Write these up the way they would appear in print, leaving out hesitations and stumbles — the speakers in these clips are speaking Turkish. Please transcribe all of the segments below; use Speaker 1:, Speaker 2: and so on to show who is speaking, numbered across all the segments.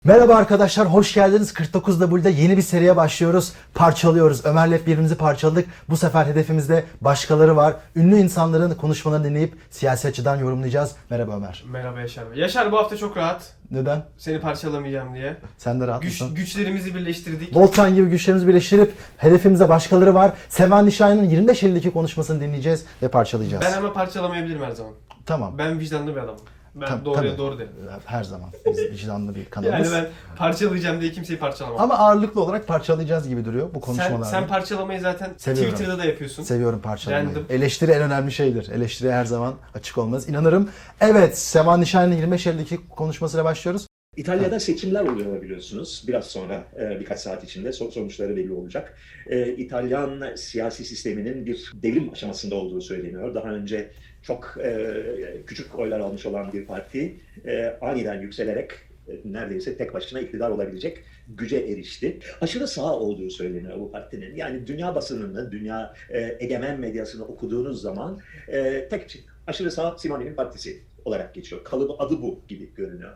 Speaker 1: Merhaba arkadaşlar, hoş geldiniz. 49W'de yeni bir seriye başlıyoruz. Parçalıyoruz. Ömer'le hep birbirimizi parçaladık. Bu sefer hedefimizde başkaları var. Ünlü insanların konuşmalarını dinleyip siyasi açıdan yorumlayacağız. Merhaba Ömer.
Speaker 2: Merhaba Yaşar Bey. Yaşar bu hafta çok rahat.
Speaker 1: Neden?
Speaker 2: Seni parçalamayacağım diye.
Speaker 1: Sen de rahat mısın?
Speaker 2: Güçlerimizi birleştirdik.
Speaker 1: Voltran gibi güçlerimizi birleştirip hedefimizde başkaları var. Sevan Nişan'ın 25 Eylül'deki konuşmasını dinleyeceğiz ve parçalayacağız.
Speaker 2: Ben ama parçalamayabilirim her zaman.
Speaker 1: Tamam.
Speaker 2: Ben vicdanlı bir adamım. Ben
Speaker 1: Tabii,
Speaker 2: doğruya
Speaker 1: tabii.
Speaker 2: doğru derim.
Speaker 1: Her zaman. Biz vicdanlı bir kanalımız.
Speaker 2: Yani ben parçalayacağım diye kimseyi parçalamam.
Speaker 1: Ama ağırlıklı olarak parçalayacağız gibi duruyor bu konuşmalarda.
Speaker 2: Sen parçalamayı zaten
Speaker 1: Seviyorum.
Speaker 2: Twitter'da da yapıyorsun.
Speaker 1: Seviyorum parçalamayı.
Speaker 2: Random.
Speaker 1: Eleştiri en önemli şeydir. Eleştiriye her zaman açık olmanız. İnanırım. Evet, Sevan Nişan'ın 25 Eylül'deki konuşmasıyla başlıyoruz.
Speaker 3: İtalya'da seçimler oluyor biliyorsunuz. Biraz sonra birkaç saat içinde sonuçları belli olacak. İtalyan siyasi sisteminin bir devrim aşamasında olduğu söyleniyor. Daha önce çok küçük oylar almış olan bir parti aniden yükselerek neredeyse tek başına iktidar olabilecek güce erişti. Aşırı sağ olduğu söyleniyor bu partinin. Yani dünya basınını, dünya egemen medyasını okuduğunuz zaman tek aşırı sağ Simoni'nin partisi olarak geçiyor. Kalıbı adı bu gibi görünüyor.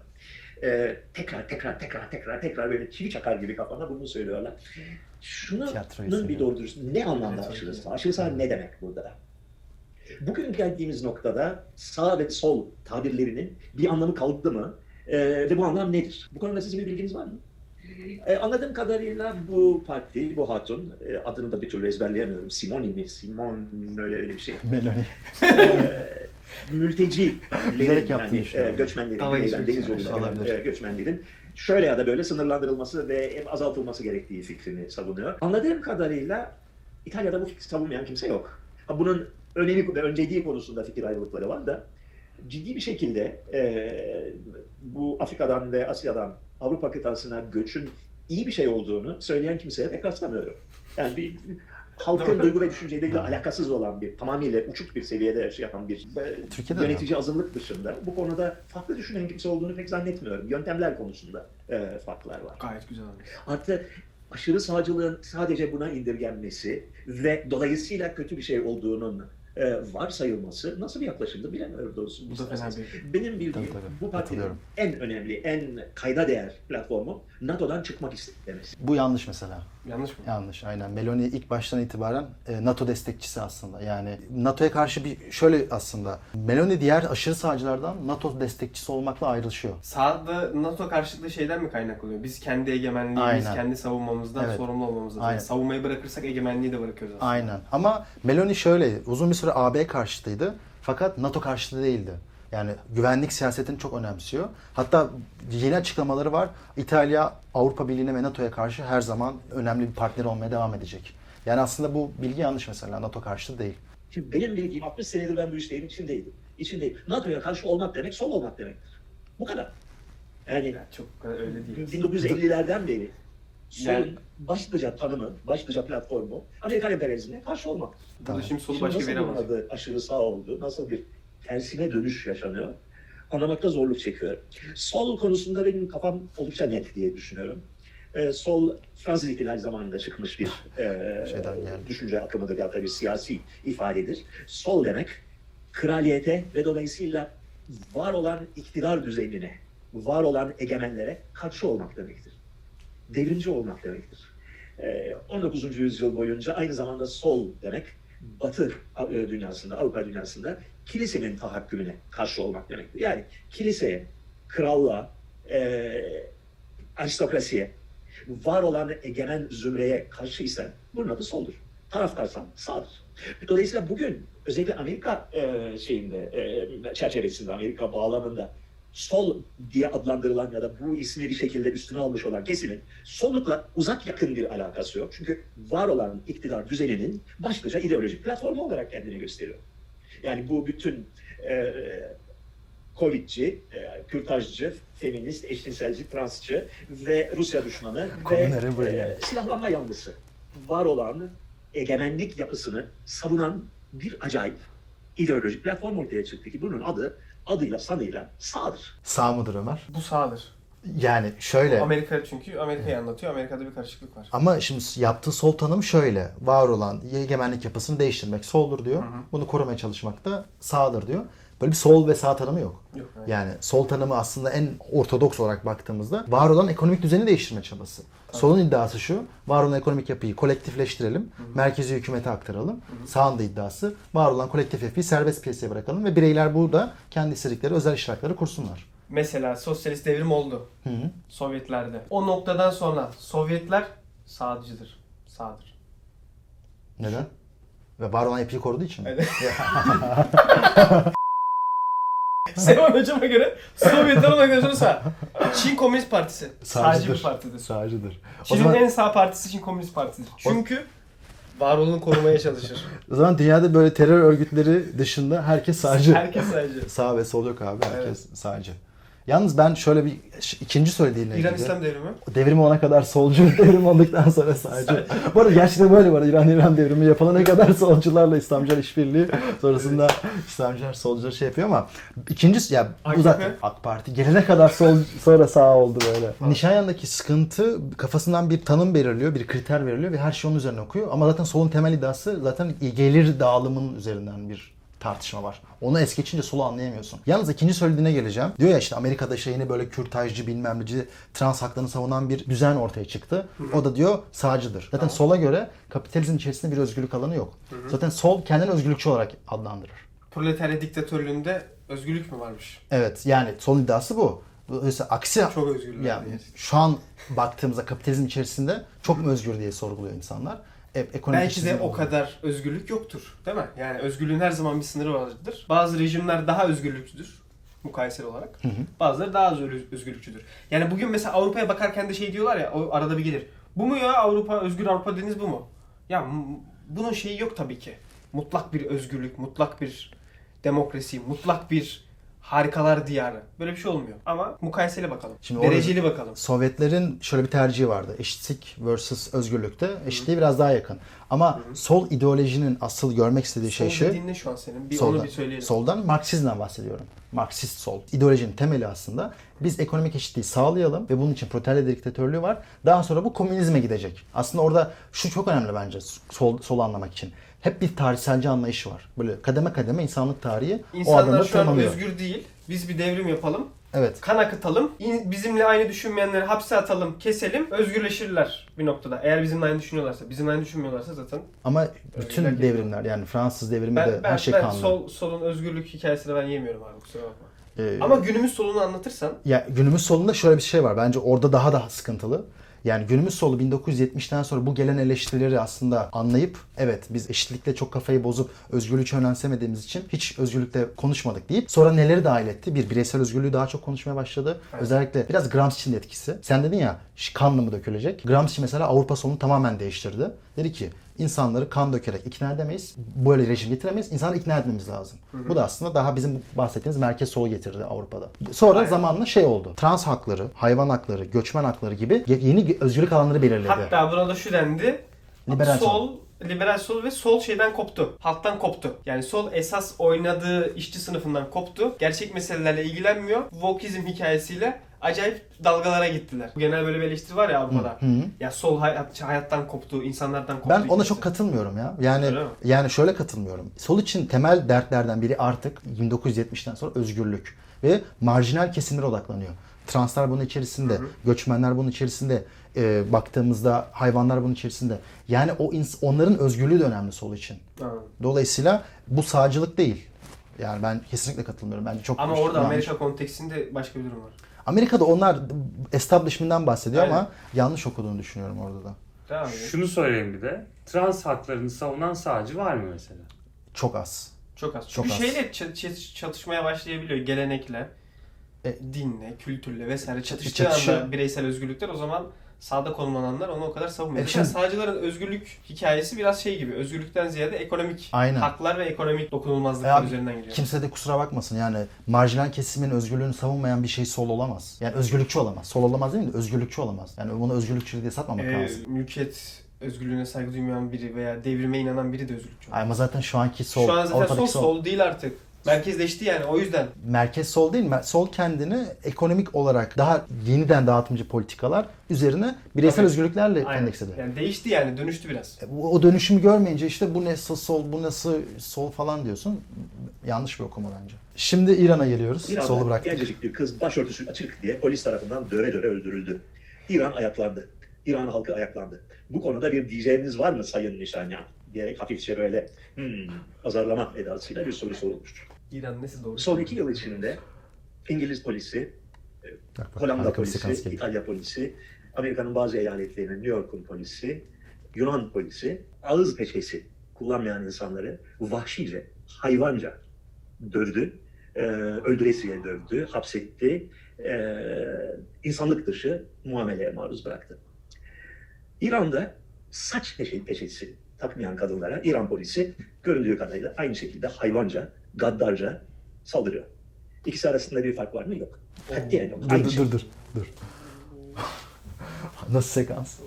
Speaker 3: Tekrar böyle çivi çakar gibi kafana bunu söylüyorlar. Şunun bir doğru dürüst ne anlamda aşırı sağ? Aşırı sağ ne demek burada? Bugün geldiğimiz noktada sağ ve sol tabirlerinin bir anlamı kaldı mı? Ve bu anlam nedir? Bu konuda sizin bir bilginiz var mı? Anladığım kadarıyla bu parti, bu hatun, adını da bir türlü ezberleyemiyorum. Simoni mi? Simon öyle bir şey.
Speaker 1: Meloni.
Speaker 3: Mültecilerin,
Speaker 1: yani,
Speaker 3: göçmenlerin, deniz yoluyla göçmenlerin şöyle ya da böyle sınırlandırılması ve azaltılması gerektiği fikrini savunuyor. Anladığım kadarıyla İtalya'da bu fikri savunmayan kimse yok. Bunun önemi ve önceliği konusunda fikir ayrılıkları var da ciddi bir şekilde bu Afrika'dan ve Asya'dan Avrupa kıtasına göçün iyi bir şey olduğunu söyleyen kimseye pek rastlamıyorum. Yani bir halkın duygu ve düşünceleriyle alakasız olan bir, tamamıyla uçuk bir seviyede yapan bir yönetici azınlık dışında bu konuda farklı düşünen kimse olduğunu pek zannetmiyorum. Yöntemler konusunda farklar var.
Speaker 2: Gayet güzel olmuş.
Speaker 3: Artı aşırı sağcılığın sadece buna indirgenmesi ve dolayısıyla kötü bir şey olduğunun varsayılması nasıl bir yaklaşımdı bilemiyorum doğrusu.
Speaker 2: Bu da fena bir...
Speaker 3: Benim bildiğim
Speaker 1: Tabii,
Speaker 3: bu partinin en önemli, en kayda değer platformu NATO'dan çıkmak istemesi.
Speaker 1: Bu yanlış mesela.
Speaker 2: Yanlış mı?
Speaker 1: Yanlış, aynen. Meloni ilk baştan itibaren NATO destekçisi aslında. Yani NATO'ya karşı şöyle aslında. Meloni diğer aşırı sağcılardan NATO destekçisi olmakla ayrışıyor.
Speaker 2: Sağda NATO karşıtlığı şeyden mi kaynaklanıyor? Biz kendi egemenliğimiz, kendi savunmamızdan sorumlu olmamızdan. Yani savunmayı bırakırsak egemenliği de bırakıyoruz aslında.
Speaker 1: Aynen. Ama Meloni şöyle, uzun bir süre AB karşıtıydı. Fakat NATO karşıtı değildi. Yani güvenlik siyasetini çok önemsiyor. Hatta yeni açıklamaları var. İtalya Avrupa Birliği'ne ve NATO'ya karşı her zaman önemli bir partner olmaya devam edecek. Yani aslında bu bilgi yanlış mesela. NATO karşıtı değil.
Speaker 3: Şimdi benim bildiğim 60 senedir ben bu işlerin içindeyim. NATO'ya karşı olmak demek sol olmak demektir. Bu kadar. Yani
Speaker 2: çok öyle değil.
Speaker 3: 1950'lerden beri solun başlıca tanımı, başlıca platformu Amerikan emperyalizmine karşı olmak.
Speaker 2: Burada şimdi solu başka bir yere
Speaker 3: nasıl bunun adı aşırı sağ oldu, nasıl bir tersine dönüş yaşanıyor anlamakta zorluk çekiyorum. Sol konusunda benim kafam oldukça net diye düşünüyorum. Sol Fransız İhtilali zamanında çıkmış bir düşünce akımıdır ya da bir siyasi ifadedir. Sol demek kraliyete ve dolayısıyla var olan iktidar düzenine, var olan egemenlere karşı olmak demektir. Devrimci olmak demektir. 19. yüzyıl boyunca aynı zamanda sol demek Batı dünyasında, Avrupa dünyasında kilisenin tahakkümüne karşı olmak demektir. Yani kiliseye, krallığa, aristokrasiye, var olan egemen zümreye karşı ise bunun adı soldur. Taraftarsan sağdır. Dolayısıyla bugün özellikle Amerika çerçevesinde, Amerika bağlamında sol diye adlandırılan ya da bu ismi bir şekilde üstüne almış olan kesimin sollukla uzak yakın bir alakası yok. Çünkü var olan iktidar düzeninin başlıca ideolojik platformu olarak kendini gösteriyor. Yani bu bütün Covid'ci, kürtajcı, feminist, eşcinselci, transçı ve Rusya düşmanı ve silahlanma yanlısı var olan egemenlik yapısını savunan bir acayip ideolojik platform ortaya çıktı ki bunun adıyla sanıyla sağdır.
Speaker 1: Sağ mıdır Ömer?
Speaker 2: Bu sağdır.
Speaker 1: Yani şöyle.
Speaker 2: Amerika çünkü Amerika'yı anlatıyor. Amerika'da bir karışıklık var.
Speaker 1: Ama şimdi yaptığı sol tanım şöyle. Var olan egemenlik yapısını değiştirmek soldur diyor. Bunu korumaya çalışmak da sağdır diyor. Böyle bir sol ve sağ tanımı yok.
Speaker 2: Yok,
Speaker 1: Yani sol tanımı aslında en ortodoks olarak baktığımızda var olan ekonomik düzeni değiştirme çabası. Solun iddiası şu, var olan ekonomik yapıyı kolektifleştirelim, merkezi hükümete aktaralım. Sağın da iddiası, var olan kolektif yapıyı serbest piyasaya bırakalım ve bireyler burada kendi istedikleri özel iştirakları kursunlar.
Speaker 2: Mesela sosyalist devrim oldu Sovyetlerde. O noktadan sonra Sovyetler sağcıdır. Sağdır.
Speaker 1: Neden? Ve var olan yapıyı koruduğu için mi?
Speaker 2: Evet. Sevan Hocam'a göre Sovyetler o noktadan sonra sağ. Çin Komünist Partisi. Sağcı bir partidir.
Speaker 1: Sağcıdır.
Speaker 2: Çin'in en sağ partisi Çin Komünist Partisi'dir. Çünkü varolunu korumaya çalışır.
Speaker 1: O zaman dünyada böyle terör örgütleri dışında herkes sağcı.
Speaker 2: Herkes sağcı.
Speaker 1: Sağ ve sol yok abi. Herkes sağcı. Yalnız ben şöyle bir ikinci söylediğine
Speaker 2: İran
Speaker 1: ilgili.
Speaker 2: İslam devrimi.
Speaker 1: Devrimi ona kadar solcu, devrim olduktan sonra sağcı. Bu arada gerçekten böyle var. İran devrimi yapılana kadar solcularla İslamcılar işbirliği. Sonrasında İslamcılar solcular şey yapıyor ama ikincisi ya bu zaten AK Parti gelene kadar sol sonra sağ oldu böyle. Nişanyan'daki sıkıntı kafasından bir tanım belirliyor, bir kriter veriliyor ve her şey onun üzerine okuyor. Ama zaten solun temel iddiası zaten gelir dağılımının üzerinden bir tartışma var. Onu es geçince solu anlayamıyorsun. Yalnız ikinci söylediğine geleceğim. Diyor ya işte Amerika'da işte yeni böyle kürtajcı bilmem neci trans haklarını savunan bir düzen ortaya çıktı. O da diyor sağcıdır. Zaten sola göre kapitalizm içerisinde bir özgürlük alanı yok. Zaten sol kendini özgürlükçü olarak adlandırır.
Speaker 2: Proletarya diktatörlüğünde özgürlük mü varmış?
Speaker 1: Evet yani sol iddiası bu. Dolayısıyla aksi
Speaker 2: çok özgürler.
Speaker 1: Yani şu an baktığımızda kapitalizm içerisinde çok mu özgür diye sorguluyor insanlar.
Speaker 2: Belki de o kadar özgürlük yoktur, değil mi? Yani özgürlüğün her zaman bir sınırı vardır. Bazı rejimler daha özgürlükçüdür mukayeseli olarak. Bazıları daha az özgürlükçüdür. Yani bugün mesela Avrupa'ya bakarken de şey diyorlar ya, o arada bir gelir. Bu mu ya Avrupa, özgür Avrupa dediniz bu mu? Ya bunun şeyi yok tabii ki. Mutlak bir özgürlük, mutlak bir demokrasi, mutlak bir harikalar diyarı. Böyle bir şey olmuyor. Ama mukayeseli bakalım.
Speaker 1: Şimdi
Speaker 2: dereceli bakalım.
Speaker 1: Sovyetlerin şöyle bir tercihi vardı. Eşitlik versus özgürlükte. Eşitliğe biraz daha yakın. Ama sol ideolojinin asıl görmek istediği şey şu.
Speaker 2: Sol dediğin ne şu an senin?
Speaker 1: Soldan,
Speaker 2: onu bir söyleyelim.
Speaker 1: Soldan Marksizmden bahsediyorum. Marksist sol. İdeolojinin temeli aslında biz ekonomik eşitliği sağlayalım ve bunun için proletarya diktatörlüğü var. Daha sonra bu komünizme gidecek. Aslında orada şu çok önemli bence sol anlamak için. Hep bir tarihselci anlayışı var. Böyle kademe kademe insanlık tarihi o adamda
Speaker 2: İnsanlar şu an
Speaker 1: tırmanıyor.
Speaker 2: özgür değil. Biz bir devrim yapalım.
Speaker 1: Evet.
Speaker 2: Kan akıtalım. Bizimle aynı düşünmeyenleri hapse atalım, keselim. Özgürleşirler bir noktada. Eğer bizimle aynı düşünüyorlarsa. Bizimle aynı düşünmüyorlarsa zaten.
Speaker 1: Ama bütün devrimler yani Fransız devrimi de her şey kanlı.
Speaker 2: Solun özgürlük hikayesini ben yemiyorum abi, kusura bakma. Ama günümüz solunu anlatırsan.
Speaker 1: Ya günümüz solunda şöyle bir şey var. Bence orada daha sıkıntılı. Yani günümüz solu 1970'ten sonra bu gelen eleştirileri aslında anlayıp evet biz eşitlikle çok kafayı bozup özgürlüğü önemsemediğimiz için hiç özgürlükle konuşmadık deyip sonra neleri dahil etti? Bir bireysel özgürlüğü daha çok konuşmaya başladı. Evet. Özellikle biraz Gramsci'nin etkisi. Sen dedin ya kanla mı dökülecek? Gramsci mesela Avrupa solunu tamamen değiştirdi. Dedi ki insanları kan dökerek ikna edemeyiz. Böyle rejim getiremeyiz. İnsanları ikna etmemiz lazım. Bu da aslında daha bizim bahsettiğimiz merkez solu getirdi Avrupa'da. Sonra zamanla şey oldu. Trans hakları, hayvan hakları, göçmen hakları gibi yeni özgürlük alanları belirledi.
Speaker 2: Hatta buna da şu dendi. Liberal sol ve sol şeyden koptu. Halktan koptu. Yani sol esas oynadığı işçi sınıfından koptu. Gerçek meselelerle ilgilenmiyor. Wokeizm hikayesiyle acayip dalgalara gittiler. Genel böyle bir eleştiri var ya Avrupa'da. Ya sol hayattan koptu, insanlardan koptu.
Speaker 1: Ben ona çok katılmıyorum ya. Yani şöyle katılmıyorum. Sol için temel dertlerden biri artık 1970'ten sonra özgürlük ve marjinal kesimlere odaklanıyor. Translar bunun içerisinde, göçmenler bunun içerisinde, baktığımızda hayvanlar bunun içerisinde. Yani onların özgürlüğü de önemli sol için. Dolayısıyla bu sağcılık değil. Yani ben kesinlikle katılmıyorum. Bence çok
Speaker 2: ama orada Amerika kontekstinde başka bir durum var.
Speaker 1: Amerika'da onlar establishment'dan bahsediyor ama yanlış okuduğunu düşünüyorum orada da.
Speaker 4: Şunu söyleyeyim bir de. Trans haklarını savunan sağcı var mı mesela?
Speaker 1: Çok az.
Speaker 2: Çok az. Çünkü şeyle çatışmaya başlayabiliyor. Gelenekle, dinle, kültürle vesaire çatıştığı anda bireysel özgürlükler, o zaman sağda konumlananlar onu o kadar savunmuyor. Şimdi sağcıların özgürlük hikayesi biraz şey gibi. Özgürlükten ziyade ekonomik haklar ve ekonomik dokunulmazlıklar üzerinden gidiyor.
Speaker 1: Kimse de kusura bakmasın yani marjinal kesimin özgürlüğünü savunmayan bir şey sol olamaz. Yani özgürlükçü olamaz. Sol olamaz değil mi? Özgürlükçü olamaz. Yani bunu özgürlükçü diye satmamak lazım.
Speaker 2: Mülkiyet özgürlüğüne saygı duymayan biri veya devrime inanan biri de özgürlükçü olamaz.
Speaker 1: Ama zaten şu anki sol.
Speaker 2: Şu an zaten sol değil artık. Merkezleşti yani o yüzden.
Speaker 1: Merkez sol değil, sol kendini ekonomik olarak daha yeniden dağıtımcı politikalar üzerine bireysel
Speaker 2: Tabii.
Speaker 1: özgürlüklerle
Speaker 2: Aynen.
Speaker 1: endeksledi.
Speaker 2: Yani değişti yani dönüştü biraz.
Speaker 1: O dönüşümü görmeyince işte bu nasıl sol, bu nasıl sol falan diyorsun. Yanlış bir okuma bence. Şimdi İran'a geliyoruz.
Speaker 3: İran'da
Speaker 1: Solu bıraktık.
Speaker 3: gencecik bir kız başörtüsü açık diye polis tarafından döve döve öldürüldü. İran ayaklandı. İran halkı ayaklandı. Bu konuda bir diyeceğiniz var mı Sayın Nişanyan? Diyerek hafifçe böyle azarlama edasıyla bir soru sorulmuştur.
Speaker 2: İran nesi doğru?
Speaker 3: Son 2 yıl içinde İngiliz polisi,
Speaker 1: Bak,
Speaker 3: Hollanda
Speaker 1: harika bir sekans
Speaker 3: polisi,
Speaker 1: geliyor.
Speaker 3: İtalya polisi, Amerika'nın bazı eyaletlerinin New York'un polisi, Yunan polisi ağız peçesi kullanmayan insanları vahşice, hayvanca dövdü, öldüresiye dövdü, hapsetti, insanlık dışı muameleye maruz bıraktı. İran'da saç peçesi takmayan kadınlara İran polisi görüldüğü kadarıyla aynı şekilde hayvanca, gaddarca saldırıyor. İkisi arasında bir fark var mı? Yok. Katiyen yok. Aynı şey.
Speaker 1: Dur. Nasıl sekans?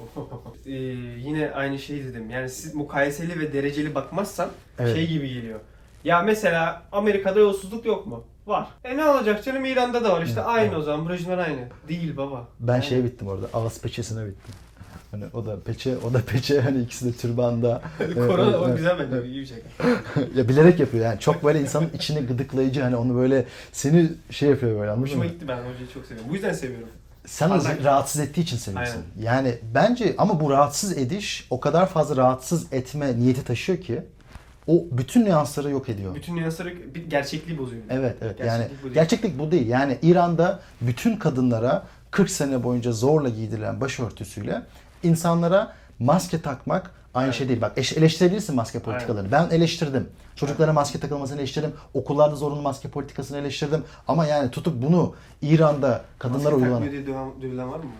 Speaker 2: Yine aynı şeyi dedim. Yani siz mukayeseli ve dereceli bakmazsan
Speaker 1: Evet.
Speaker 2: şey gibi geliyor. Ya mesela Amerika'da yolsuzluk yok mu? Var. Ne olacak canım, İran'da da var işte, aynı o zaman, brojlar aynı. Değil baba.
Speaker 1: Ben
Speaker 2: Yani.
Speaker 1: şeye bittim orada. Ağız peçesine bittim. Hani o da peçe hani ikisi de türbanda.
Speaker 2: Korona o
Speaker 1: Evet.
Speaker 2: güzel bence, iyi bir şey.
Speaker 1: Ya bilerek yapıyor yani. Çok böyle insanın içini gıdıklayıcı, hani onu böyle seni şey yapıyor böyle, anladın
Speaker 2: Hoşuma
Speaker 1: mı?
Speaker 2: gitti, ben hocayı çok seviyorum. Bu yüzden seviyorum.
Speaker 1: Sen
Speaker 2: Parlak.
Speaker 1: rahatsız ettiği için seviyorsun. Yani bence ama bu rahatsız ediş o kadar fazla rahatsız etme niyeti taşıyor ki o bütün nüansları yok ediyor.
Speaker 2: Bütün nüansları, bir gerçekliği bozuyor.
Speaker 1: Evet. Yani
Speaker 2: Gerçeklik bu değil.
Speaker 1: gerçeklik bu değil. Yani İran'da bütün kadınlara 40 sene boyunca zorla giydirilen başörtüsüyle insanlara maske takmak aynı
Speaker 2: Evet.
Speaker 1: şey değil. Bak eleştirebilirsin maske politikalarını. Ben eleştirdim. Çocuklara maske takılmasını eleştirdim. Okullarda zorunlu maske politikasını eleştirdim. Ama yani tutup bunu İran'da kadınlara
Speaker 2: Maske
Speaker 1: uygulanan...
Speaker 2: takmıyor diye dövülen var mı?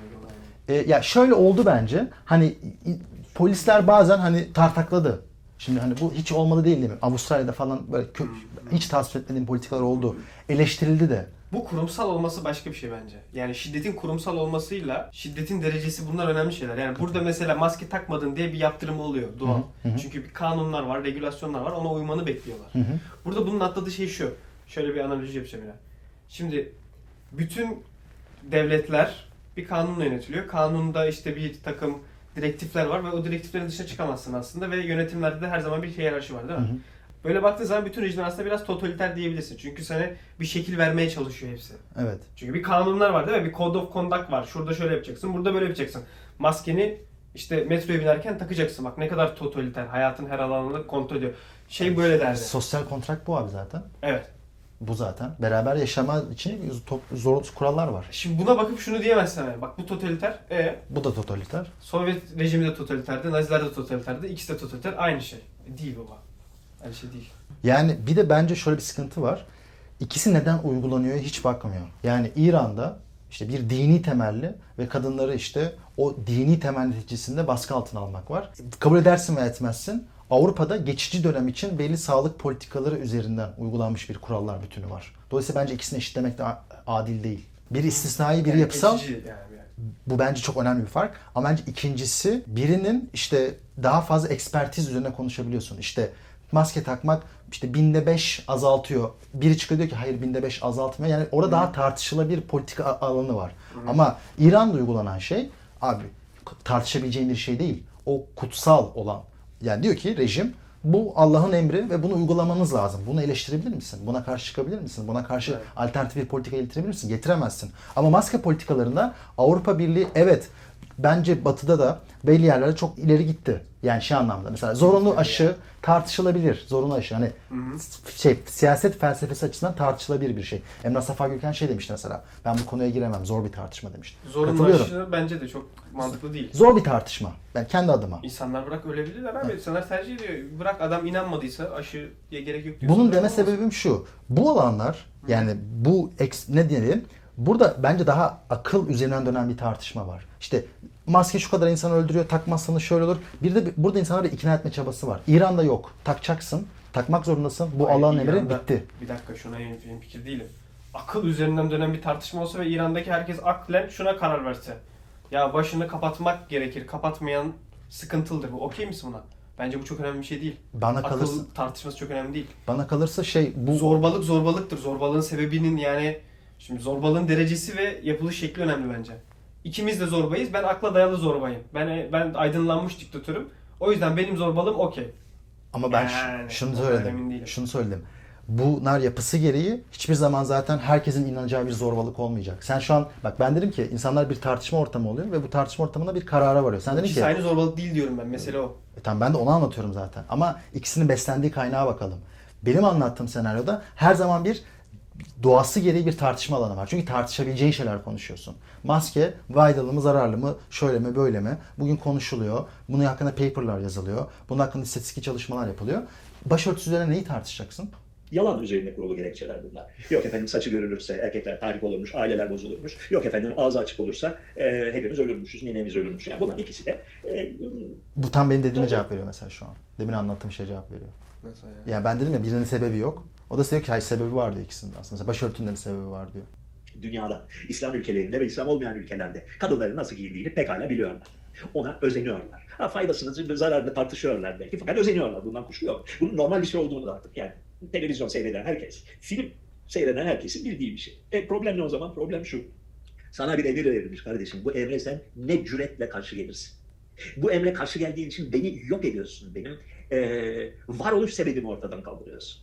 Speaker 1: Ya şöyle oldu bence. Hani polisler bazen hani tartakladı. Şimdi hani bu hiç olmadı değil mi? Avustralya'da falan böyle hiç tasvip etmediğim politikalar oldu. Eleştirildi de.
Speaker 2: Bu kurumsal olması başka bir şey bence. Yani şiddetin kurumsal olmasıyla şiddetin derecesi, bunlar önemli şeyler. Yani burada mesela maske takmadın diye bir yaptırım oluyor doğal. Çünkü bir kanunlar var, regülasyonlar var, ona uymanı bekliyorlar. Burada bunun atladığı şey şu. Şöyle bir analoji yapacağım ya. Şimdi bütün devletler bir kanunla yönetiliyor. Kanunda işte bir takım direktifler var ve o direktiflerin dışına çıkamazsın aslında ve yönetimlerde de her zaman bir hiyerarşi var, değil mi? Böyle baktığı zaman bütün rejimler aslında biraz totaliter diyebilirsin. Çünkü sana bir şekil vermeye çalışıyor hepsi.
Speaker 1: Evet.
Speaker 2: Çünkü bir kanunlar var değil mi? Bir code of conduct var. Şurada şöyle yapacaksın, burada böyle yapacaksın. Maskeni işte metroya binerken takacaksın. Bak ne kadar totaliter. Hayatın her alanını kontrol ediyor. Şey böyle derdi.
Speaker 1: Sosyal kontrakt bu abi zaten.
Speaker 2: Evet.
Speaker 1: Bu zaten. Beraber yaşama için zor kurallar var.
Speaker 2: Şimdi buna bakıp şunu diyemezsin yani. Bak bu totaliter.
Speaker 1: Bu da totaliter.
Speaker 2: Sovyet rejimi de totaliterdi, Naziler de totaliterdi. İkisi de totaliter. Aynı şey. Değil baba. Aynı şey değil.
Speaker 1: Yani bir de bence şöyle bir sıkıntı var. İkisi neden uygulanıyor hiç bakmıyor. Yani İran'da işte bir dini temelli ve kadınları işte o dini temel neticesinde baskı altına almak var. Kabul edersin veya etmezsin. Avrupa'da geçici dönem için belli sağlık politikaları üzerinden uygulanmış bir kurallar bütünü var. Dolayısıyla bence ikisini eşitlemek de adil değil. Biri istisnai, biri
Speaker 2: Yani
Speaker 1: yapısal.
Speaker 2: geçici yani.
Speaker 1: Bu bence çok önemli bir fark. Ama bence ikincisi, birinin işte daha fazla ekspertiz üzerine konuşabiliyorsun. İşte maske takmak işte 5 azaltıyor. Biri çıkıyor diyor ki hayır 5 azaltmıyor. Yani orada daha tartışılabilir politika alanı var. Ama İran'da uygulanan şey abi tartışabileceğin bir şey değil. O kutsal olan. Yani diyor ki rejim bu Allah'ın emri ve bunu uygulamanız lazım. Bunu eleştirebilir misin? Buna karşı çıkabilir misin? Buna karşı alternatif bir politika getirebilir misin? Getiremezsin. Ama maske politikalarında Avrupa Birliği evet bence Batı'da da belli yerlerde çok ileri gitti. Yani şey anlamda mesela zorunlu aşı tartışılabilir. Zorunlu aşı hani siyaset felsefesi açısından tartışılabilir bir şey. Emrah Safa Gülken şey demişti mesela. Ben bu konuya giremem. Zor bir tartışma demişti.
Speaker 2: Zorunlu
Speaker 1: Katılıyorum.
Speaker 2: aşı bence de çok mantıklı değil.
Speaker 1: Zor bir tartışma. Ben kendi adıma.
Speaker 2: İnsanlar bırak ölebilirler abi. İnsanlar tercih ediyor. Bırak adam inanmadıysa aşıya gerek yok diyorsa.
Speaker 1: Bunun deme
Speaker 2: bırakılmaz.
Speaker 1: sebebim şu. Bu alanlar yani bu ne diyelim? Burada bence daha akıl üzerinden dönen bir tartışma var. İşte maske şu kadar insan öldürüyor, takmazsanız şöyle olur. Bir de burada insanları ikna etme çabası var. İran'da yok. Takacaksın. Takmak zorundasın. Bu
Speaker 2: Hayır,
Speaker 1: Allah'ın emri
Speaker 2: İran'da-
Speaker 1: bitti.
Speaker 2: Bir dakika, şuna en fikir değilim. Akıl üzerinden dönen bir tartışma olsa ve İran'daki herkes aklen şuna karar verse. Ya başını kapatmak gerekir. Kapatmayan sıkıntılıdır bu. Okey misin buna? Bence bu çok önemli bir şey değil.
Speaker 1: Bana
Speaker 2: Akıl
Speaker 1: kalırsa
Speaker 2: tartışması çok önemli değil.
Speaker 1: bu
Speaker 2: Zorbalık zorbalıktır. Zorbalığın sebebinin yani şimdi zorbalığın derecesi ve yapılış şekli önemli bence. İkimiz de zorbayız. Ben akla dayalı zorbayım. Ben aydınlanmış diktatörüm. O yüzden benim zorbalığım okey.
Speaker 1: ama ben
Speaker 2: Yani,
Speaker 1: şunu
Speaker 2: o kadar emin
Speaker 1: söyledim.
Speaker 2: değilim.
Speaker 1: Şunu söyledim. Bunlar yapısı gereği hiçbir zaman zaten herkesin inanacağı bir zorbalık olmayacak. Sen şu an bak ben dedim ki insanlar bir tartışma ortamı oluyor ve bu tartışma ortamında bir karara varıyor. Sen dedin
Speaker 2: İkisi
Speaker 1: ki
Speaker 2: aynı zorbalık değil diyorum ben. Mesele o.
Speaker 1: tamam ben de onu anlatıyorum zaten. Ama ikisinin beslendiği kaynağa bakalım. Benim anlattığım senaryoda her zaman bir doğası gereği bir tartışma alanı var. Çünkü tartışabileceğin şeyler konuşuyorsun. Maske faydalı mı zararlı mı şöyle mi böyle mi bugün konuşuluyor. Bunun hakkında paperlar yazılıyor. Bunun hakkında istatistik çalışmalar yapılıyor. Başörtüsü üzerine neyi tartışacaksın?
Speaker 3: Yalan üzerine kurulu gerekçeler bunlar. Yok efendim saçı görülürse erkekler tahrik olurmuş, aileler bozulurmuş. Yok efendim ağzı açık olursa hepimiz ölürmüşüz, ninemiz ölürmüş. Yani bunlar ikisi de
Speaker 1: Bu tam benim dediğime cevap veriyor mesela şu an. Demin anlattığım şeye cevap veriyor.
Speaker 2: Nasıl yani?
Speaker 1: Yani ben dedim ya birinin sebebi yok. O da diyor ki hayır sebebi var diyor ikisinin de aslında. Mesela başörtünün de bir sebebi var diyor.
Speaker 3: dünyada, İslam ülkelerinde ve İslam olmayan ülkelerde kadınların nasıl giyindiğini pekala biliyorlar. Ona özeniyorlar. Faydasını, zararını tartışıyorlar belki fakat özeniyorlar. Bundan kuşku yok. Bunun normal bir şey olduğunu da artık yani televizyon seyreden herkes, film seyreden herkesin bildiği bir şey. Problem ne o zaman? Problem şu. Sana bir emir verilmiş kardeşim. Bu emre sen ne cüretle karşı gelirsin? Bu emre karşı geldiğin için beni yok ediyorsun. Benim varoluş sebebimi ortadan kaldırıyorsun.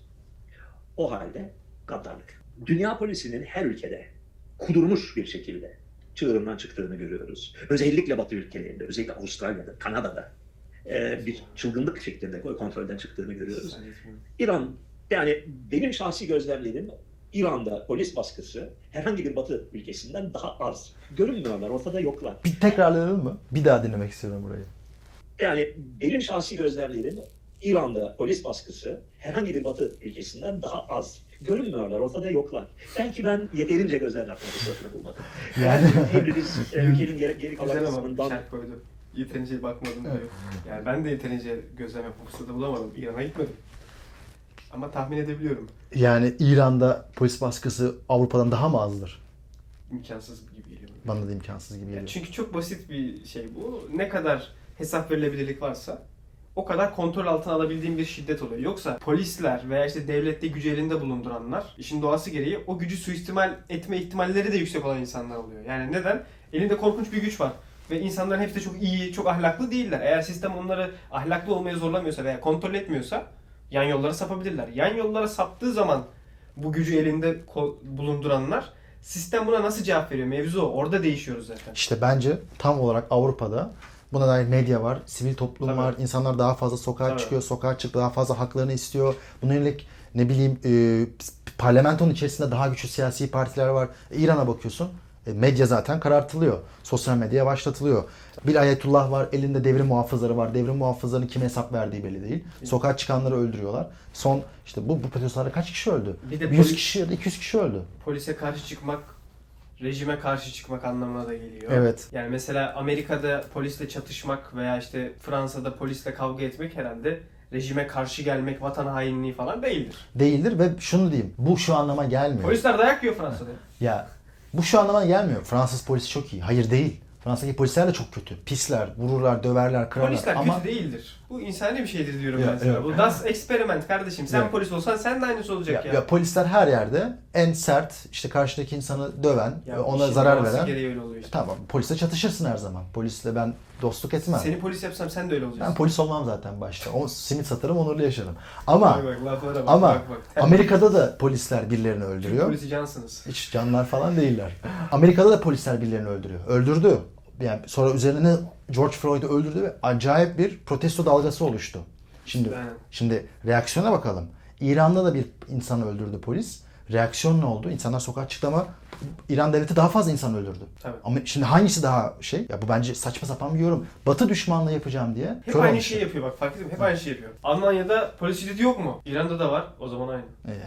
Speaker 3: O halde gaddarlık. Dünya polisinin her ülkede kudurmuş bir şekilde çığırından çıktığını görüyoruz. Özellikle Batı ülkelerinde, özellikle Avustralya'da, Kanada'da bir çılgınlık şeklinde kontrolden çıktığını görüyoruz. İran, yani benim şahsi gözlemlerim İran'da polis baskısı herhangi bir Batı ülkesinden daha az. Görünmüyorlar, ortada yoklar.
Speaker 1: Bir tekrarlayalım mı? Bir daha dinlemek istiyorum burayı.
Speaker 3: Yani benim şahsi gözlemlerim İran'da polis baskısı herhangi bir Batı ülkesinden daha az. Görünmüyorlar, ortada yoklar. Belki ben yeterince gözlem yapma fırsatını bulmadım.
Speaker 1: Yani
Speaker 3: Hepimiz ülkenin geri kalan
Speaker 2: Güzel ama
Speaker 3: kısmından
Speaker 2: şart koydu. Yeterince bakmadım diyor. Yani ben de yeterince gözlem yapma fırsatı bulamadım. İran'a gitmedim. Ama tahmin edebiliyorum.
Speaker 1: yani İran'da polis baskısı Avrupa'dan daha mı azdır?
Speaker 2: İmkansız gibi geliyor.
Speaker 1: Bana da imkansız gibi geliyor.
Speaker 2: Çünkü çok basit bir şey bu. Ne kadar hesap verilebilirlik varsa o kadar kontrol altına alabildiğin bir şiddet oluyor. Yoksa polisler veya işte devlette gücü elinde bulunduranlar işin doğası gereği o gücü suistimal etme ihtimalleri de yüksek olan insanlar oluyor. Yani neden? Elinde korkunç bir güç var. Ve insanların hepsi de çok iyi, çok ahlaklı değiller. Eğer sistem onları ahlaklı olmaya zorlamıyorsa veya kontrol etmiyorsa yan yollara sapabilirler. Yan yollara saptığı zaman bu gücü elinde bulunduranlar sistem buna nasıl cevap veriyor? Mevzu o. Orada değişiyoruz zaten.
Speaker 1: İşte bence tam olarak Avrupa'da buna dair medya var, sivil toplum
Speaker 2: Tabii.
Speaker 1: var, insanlar daha fazla sokağa
Speaker 2: Tabii.
Speaker 1: çıkıyor, sokağa çıkıp daha fazla haklarını istiyor. Buna yönelik ne bileyim parlamentonun içerisinde daha güçlü siyasi partiler var. İran'a bakıyorsun, medya zaten karartılıyor. Sosyal medya yavaşlatılıyor. Bir ayetullah var, elinde devrim muhafızları var. Devrim muhafızlarının kime hesap verdiği belli değil. Sokağa çıkanları öldürüyorlar. Son işte bu protestolarda kaç kişi öldü?
Speaker 2: Bir de
Speaker 1: 100 kişi ya da 200 kişi öldü.
Speaker 2: polise karşı çıkmak, rejime karşı çıkmak anlamına da geliyor.
Speaker 1: Evet.
Speaker 2: Yani mesela Amerika'da polisle çatışmak veya işte Fransa'da polisle kavga etmek herhalde rejime karşı gelmek, vatan hainliği falan değildir.
Speaker 1: Değildir ve şunu diyeyim. Bu şu anlama gelmiyor.
Speaker 2: Polisler dayak yiyor Fransa'da.
Speaker 1: Ya bu şu anlama gelmiyor. Fransız polisi çok iyi. Hayır değil. Fransa'daki polisler de çok kötü. Pisler, vururlar, döverler, kırarlar.
Speaker 2: Polisler
Speaker 1: ama
Speaker 2: kötü değildir. Bu insani bir şeydir diyorum
Speaker 1: Ya,
Speaker 2: ben sana.
Speaker 1: evet.
Speaker 2: Bu das experiment kardeşim. Sen
Speaker 1: Evet.
Speaker 2: polis olsan sen de aynısı olacak ya.
Speaker 1: ya polisler her yerde en sert, işte karşıdaki insanı döven,
Speaker 2: Ya
Speaker 1: ona
Speaker 2: işin
Speaker 1: zarar
Speaker 2: doğası
Speaker 1: veren.
Speaker 2: gereği öyle oluyor işte.
Speaker 1: Tamam, polisle çatışırsın her zaman. Polisle ben dostluk etmem.
Speaker 2: Seni polis yapsam sen de öyle olacaksın.
Speaker 1: Ben polis olmam zaten başta. O simit satarım, onurlu yaşarım. Ama
Speaker 2: Bak, laflara bak,
Speaker 1: ama
Speaker 2: bak.
Speaker 1: Amerika'da da polisler birilerini
Speaker 2: Türk
Speaker 1: öldürüyor.
Speaker 2: polisi cansınız.
Speaker 1: Hiç canlar falan değiller. Amerika'da da polisler birilerini öldürüyor. Öldürdü. Yani sonra üzerine George Floyd'u öldürdü ve acayip bir protesto dalgası oluştu.
Speaker 2: Aynen.
Speaker 1: Şimdi reaksiyona bakalım. İran'da da bir insanı öldürdü polis. Reaksiyon ne oldu? İnsanlar sokağa çıktı ama İran devleti daha fazla insan öldürdü.
Speaker 2: Tabii.
Speaker 1: Ama şimdi hangisi daha şey? Ya bu bence saçma sapan bir yorum. Batı düşmanlığı yapacağım diye.
Speaker 2: Hep
Speaker 1: kör
Speaker 2: aynı
Speaker 1: olmuşlar.
Speaker 2: şeyi yapıyor bak fark ettin mi? Hep aynı şeyi yapıyor. Almanya'da polis şiddeti yok mu? İran'da da var. O zaman aynı.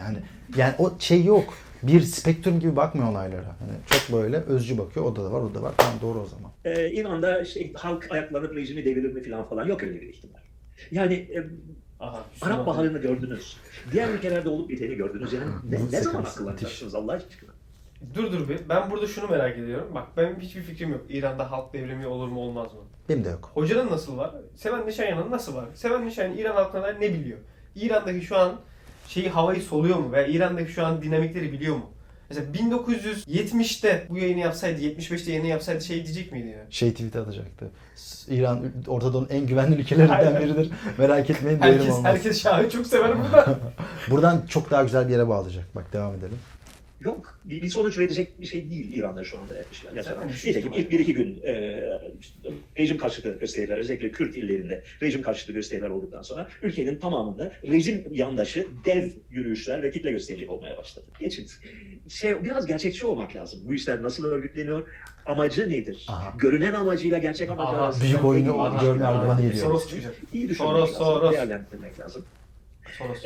Speaker 1: Yani o şey yok. Bir spektrum gibi bakmıyor olaylara. Hani çok böyle özcü bakıyor. O da var, o da var. Tamam doğru o zaman.
Speaker 3: İran'da işte halk ayaklanıp rejimi devirir mi falan yok öyle bir ihtimal. Yani
Speaker 2: Aha.
Speaker 3: Arap Baharı'nı gördünüz. Diğer ülkelerde olup biteni gördünüz. Yani ne zaman
Speaker 1: sekans,
Speaker 3: akıllanacaksınız Allah aşkına?
Speaker 2: Dur bir. Ben burada şunu merak ediyorum. Bak benim hiçbir fikrim yok. İran'da halk devrimi olur mu olmaz mı?
Speaker 1: Benim de yok.
Speaker 2: Hocanın nasıl var? Seven Nişanyan'ın nasıl var? Seven Nişanyan İran halkına dair ne biliyor? İran'daki şu an havayı soluyor mu? Veya İran'daki şu an dinamikleri biliyor mu? Mesela 1970'te bu yayını yapsaydı, 75'te yayını yapsaydı diyecek miydi ya?
Speaker 1: Tweet atacaktı. İran Orta Doğu'nun en güvenli ülkelerinden biridir. Merak etmeyin, devrim olmaz.
Speaker 2: Herkes Şah'ı çok sever burada.
Speaker 1: Buradan çok daha güzel bir yere bağlayacak. Bak devam edelim.
Speaker 3: Yok, bir sonuç verecek bir şey değil İran'da şu anda yapmışlar.
Speaker 2: Zaten
Speaker 3: Nitekim ilk 1-2 gün rejim karşıtı gösteriler, özellikle Kürt illerinde rejim karşıtı gösteriler olduktan sonra ülkenin tamamında rejim yandaşı dev yürüyüşler ve kitle gösterileri olmaya başladı. Geçin. Biraz gerçekçi olmak lazım. Bu işler nasıl örgütleniyor? Amacı nedir?
Speaker 1: Aha.
Speaker 3: Görünen amacıyla gerçek amacı
Speaker 2: Aha,
Speaker 3: arasında
Speaker 1: büyük oyunu
Speaker 3: bir
Speaker 1: görme argümanı geliyor.
Speaker 2: Soros çıkacak.
Speaker 3: İyi düşünmek lazım,
Speaker 2: Soros.
Speaker 3: değerlendirmek lazım.
Speaker 2: Soros.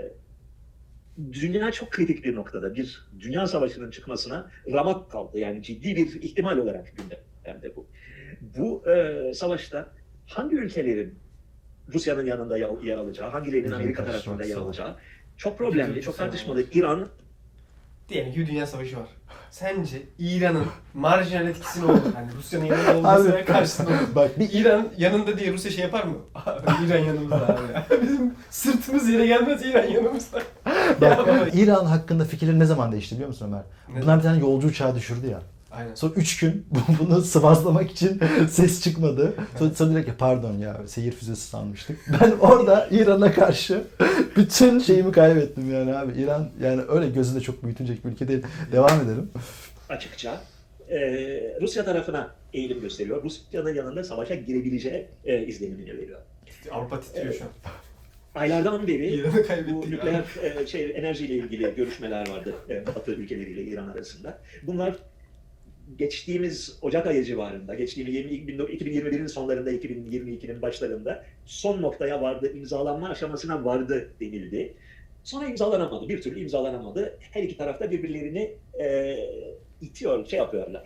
Speaker 3: Dünya çok kritik bir noktada. Bir dünya savaşının çıkmasına ramak kaldı. Yani ciddi bir ihtimal olarak gündemde bu. Bu savaşta hangi ülkelerin Rusya'nın yanında yer alacağı, hangilerinin Amerika tarafında yer alacağı çok problemli, çok tartışmalı. İran
Speaker 2: Diyelim ki bir dünya savaşı var. Sence İran'ın marjinal etkisi ne olur? Hani Rusya'nın yanında olmasına karşısında olur.
Speaker 1: Bak bir
Speaker 2: İran yanında diye Rusya yapar mı? İran yanımızda abi ya. Bizim sırtımız yere gelmez İran yanımızda.
Speaker 1: Bak, İran hakkında fikirleri ne zaman değişti biliyor musun Ömer?
Speaker 2: Ne?
Speaker 1: Bunlar bir tane yolcu uçağı düşürdü ya.
Speaker 2: Aynen.
Speaker 1: Sonra 3 gün bunu sıvazlamak için ses çıkmadı. Sonra direkt pardon ya seyir füzesi sanmıştık. Ben orada İran'a karşı bütün şeyimi kaybettim yani abi. İran yani öyle gözünde çok büyütünecek bir ülke değil. Devam edelim.
Speaker 3: açıkça Rusya tarafına eğilim gösteriyor. Rusya'nın yanında savaşa girebileceği izlenimini veriyor.
Speaker 2: Avrupa titriyor şu an.
Speaker 3: Aylardan beri
Speaker 2: İran'ı
Speaker 3: bu
Speaker 2: kaybettik.
Speaker 3: nükleer enerjiyle ilgili görüşmeler vardı Batı ülkeleriyle İran arasında. Bunlar geçtiğimiz Ocak ayı civarında, geçtiğimiz 2021'in sonlarında, 2022'nin başlarında son noktaya vardı, imzalanma aşamasına vardı denildi. Sonra imzalanamadı, bir türlü imzalanamadı. Her iki tarafta birbirlerini itiyor, yapıyorlar.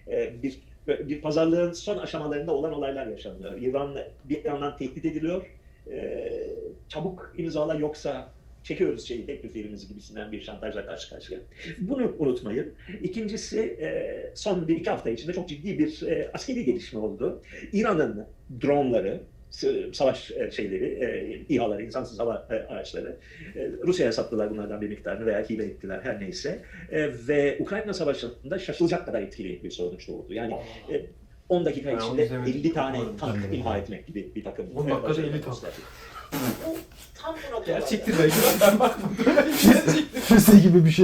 Speaker 3: Bir pazarlığın son aşamalarında olan olaylar yaşanıyor. İran bir yandan tehdit ediliyor. Çabuk imzala yoksa çekiyoruz tekliflerimiz gibisinden bir şantajla karşı karşıya. Bunu unutmayın. İkincisi son 1-2 hafta içinde çok ciddi bir askeri gelişme oldu. İran'ın dronları, savaş İHA'ları, insansız hava araçları Rusya'ya sattılar bunlardan bir miktarını veya hibe ettiler her neyse. Ve Ukrayna Savaşı'nda şaşılacak kadar etkili bir sonuç doğurdu. Yani 10 dakika
Speaker 2: Ben
Speaker 3: içinde
Speaker 2: onu
Speaker 3: 50 tane
Speaker 2: izlemedim.
Speaker 3: tank imha etmek gibi bir takım.
Speaker 2: 10 dakikada 50 tank.
Speaker 3: O tam bu noktada.
Speaker 2: Gerçektir belki. Ben bakmadım. Gerçektir.
Speaker 1: Füze gibi bir şey.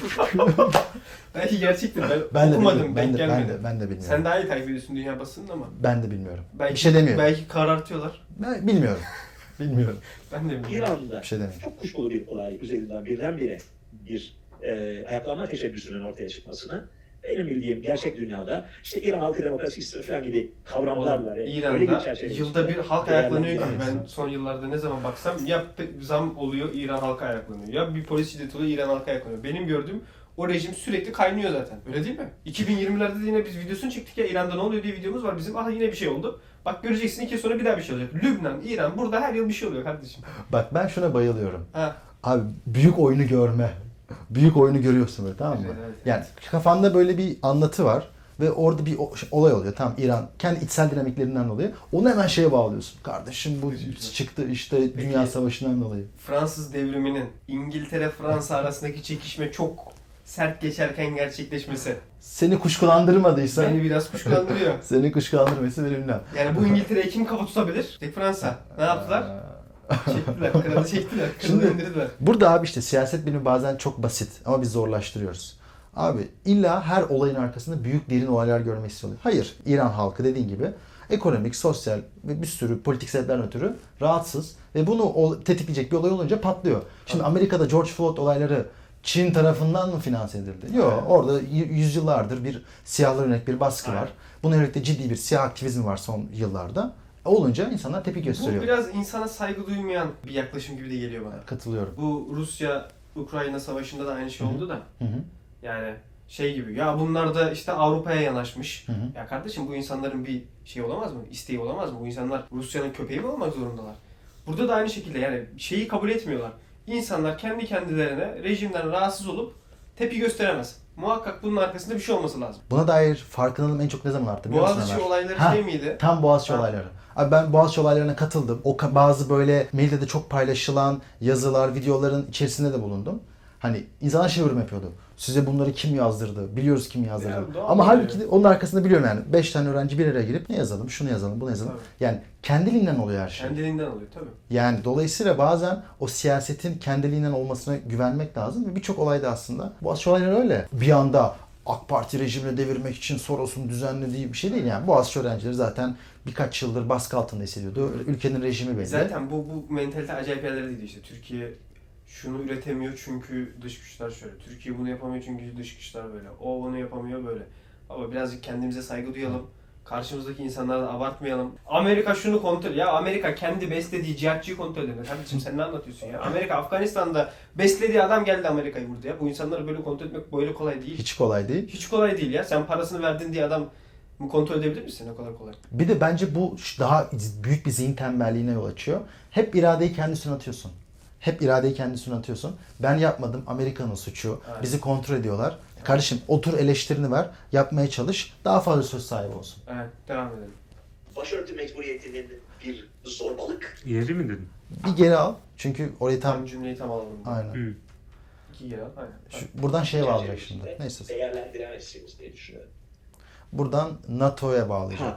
Speaker 2: Belki gerçektir.
Speaker 1: Ben de
Speaker 2: Okumadım.
Speaker 1: bilmiyorum.
Speaker 2: Denk gelmedi.
Speaker 1: Ben de bilmiyorum.
Speaker 2: Sen daha iyi takip ediyorsun dünya basınını ama.
Speaker 1: Ben de bilmiyorum.
Speaker 2: Belki,
Speaker 1: bir şey demiyorum.
Speaker 2: Belki karartıyorlar.
Speaker 1: Ben bilmiyorum. Bilmiyorum.
Speaker 2: Ben de bilmiyorum.
Speaker 3: İran'da
Speaker 1: Bir şey demiyorum.
Speaker 3: çok kuşkulu bir olay üzerinden birdenbire bir ayaklanma teşebbüsünün ortaya çıkmasını benim bildiğim gerçek dünyada işte İran halkı demokrasisi falan gibi kavramlarla öyle bir
Speaker 2: İran'da
Speaker 3: çerçeve
Speaker 2: yılda bir
Speaker 3: içinde
Speaker 2: halk ayaklanıyor gibi.
Speaker 3: değerlendirilmesi.
Speaker 2: Ben son yıllarda ne zaman baksam ya zam oluyor İran halkı ayaklanıyor. Ya bir polis şiddeti oluyor İran halkı ayaklanıyor. Benim gördüğüm o rejim sürekli kaynıyor zaten. Öyle değil mi? 2020'lerde de yine biz videosunu çektik ya İran'da ne oluyor diye videomuz var bizim. Yine bir şey oldu. Bak göreceksin 2 yıl sonra bir daha bir şey olacak. Lübnan, İran burada her yıl bir şey oluyor kardeşim.
Speaker 1: Bak ben şuna bayılıyorum.
Speaker 2: Ha.
Speaker 1: Abi büyük oyunu görme. Büyük oyunu görüyorsun böyle tamam mı?
Speaker 2: Evet.
Speaker 1: Yani kafanda böyle bir anlatı var ve orada bir olay oluyor. Tamam İran kendi içsel dinamiklerinden dolayı. Onu hemen şeye bağlıyorsun. Kardeşim bu çıktı işte Dünya Savaşı'ndan dolayı.
Speaker 2: Fransız devriminin İngiltere-Fransa arasındaki çekişme çok sert geçerken gerçekleşmesi
Speaker 1: Seni kuşkulandırmadıysa,
Speaker 2: beni biraz kuşkulandırıyor.
Speaker 1: seni kuşkulandırması benimle.
Speaker 2: Yani bu İngiltere'yi kim kafa tutabilir? Tek Fransa. Ne yaptılar? Çektiler. Kralı çektiler. Kralı
Speaker 1: Şimdi-
Speaker 2: indirdiler.
Speaker 1: Burada abi işte siyaset bilimi bazen çok basit ama biz zorlaştırıyoruz. Abi illa her olayın arkasında büyük derin olaylar görmek istiyorlar. Hayır. İran halkı dediğin gibi ekonomik, sosyal ve bir sürü politik sebeplerden ötürü rahatsız ve bunu tetikleyecek bir olay olunca patlıyor. Şimdi Amerika'da George Floyd olayları Çin tarafından mı finanse edildi? Yok.
Speaker 2: Evet.
Speaker 1: Orada yüzyıllardır bir siyahlara yönelik bir baskı
Speaker 2: Evet.
Speaker 1: var. Buna yönelik de ciddi bir siyah aktivizm var son yıllarda. Olunca insanlar tepki gösteriyor.
Speaker 2: Bu biraz insana saygı duymayan bir yaklaşım gibi de geliyor bana.
Speaker 1: Katılıyorum.
Speaker 2: Bu Rusya-Ukrayna savaşında da aynı şey oldu da.
Speaker 1: Hı hı.
Speaker 2: Yani şey gibi ya bunlar da işte Avrupa'ya yanaşmış.
Speaker 1: Hı hı.
Speaker 2: Ya kardeşim bu insanların bir şey olamaz mı? İsteği olamaz mı? Bu insanlar Rusya'nın köpeği mi olmak zorundalar? Burada da aynı şekilde yani şeyi kabul etmiyorlar. İnsanlar kendi kendilerine rejimden rahatsız olup tepki gösteremez. muhakkak bunun arkasında bir şey olması lazım.
Speaker 1: Buna dair farkındalığım en çok ne zaman arttı biliyor musun
Speaker 2: Boğaziçi
Speaker 1: Ömer?
Speaker 2: olayları
Speaker 1: Ha,
Speaker 2: şey miydi?
Speaker 1: Tam Boğaziçi
Speaker 2: Ha.
Speaker 1: olayları. Abi ben Boğaziçi olaylarına katıldım. Bazı böyle medyada çok paylaşılan yazılar, videoların içerisinde de bulundum. Hani insanlar şey yorum yapıyordu. Size bunları kim yazdırdı? Biliyoruz kim yazdırdı.
Speaker 2: Ya, doğal
Speaker 1: Ama
Speaker 2: oluyor.
Speaker 1: halbuki de onun arkasında biliyorum yani. 5 tane öğrenci bir araya girip ne yazalım, şunu yazalım, bunu yazalım.
Speaker 2: Tabii.
Speaker 1: Yani kendiliğinden oluyor her şey.
Speaker 2: Kendiliğinden oluyor tabii.
Speaker 1: Yani dolayısıyla bazen o siyasetin kendiliğinden olmasına güvenmek lazım ve birçok olayda aslında Boğaziçi olayları öyle. Bir anda AK Parti rejimini devirmek için Soros'un düzenlediği bir şey değil yani. Boğaziçi öğrencileri zaten birkaç yıldır baskı altında hissediyordu. Ülkenin rejimi belli.
Speaker 2: Zaten bu mentalite acayip yerlere gidiyor işte. Türkiye şunu üretemiyor çünkü dış güçler şöyle. Türkiye bunu yapamıyor çünkü dış güçler böyle. O bunu yapamıyor böyle. Ama birazcık kendimize saygı duyalım. Karşımızdaki insanları da abartmayalım. Amerika şunu kontrol... Ya Amerika kendi beslediği cihatçıyı kontrol edemiyor. Kardeşim sen ne anlatıyorsun ya? Amerika Afganistan'da beslediği adam geldi Amerika'yı vurdu ya. Bu insanları böyle kontrol etmek böyle kolay değil.
Speaker 1: Hiç kolay değil.
Speaker 2: Hiç kolay değil ya. Sen parasını verdin diye adam kontrol edebilir misin? O kadar kolay.
Speaker 1: Bir de bence bu daha büyük bir zihin tembelliğine yol açıyor. Hep iradeyi kendi üstüne atıyorsun. Hep iradeyi kendi üstüne atıyorsun. Ben yapmadım, Amerika'nın suçu.
Speaker 2: Aynen.
Speaker 1: Bizi kontrol ediyorlar. Kardeşim otur eleştirini ver, yapmaya çalış. Daha fazla söz sahibi olsun.
Speaker 2: Evet, devam edelim.
Speaker 3: Başörtü mecburiyetinin bir zorbalık,
Speaker 4: İleri mi dedin?
Speaker 1: Bir geri al. Çünkü orayı
Speaker 2: Tam
Speaker 1: tam...
Speaker 2: cümleyi tam alalım.
Speaker 1: Aynen.
Speaker 4: Hı.
Speaker 2: İki kere al. Aynen.
Speaker 1: Buradan şeye bağlayacak şimdi.
Speaker 3: çerçevesinde
Speaker 1: Neyse.
Speaker 3: değerlendiremezsiniz diye düşünüyorum.
Speaker 1: Buradan NATO'ya bağlayacak.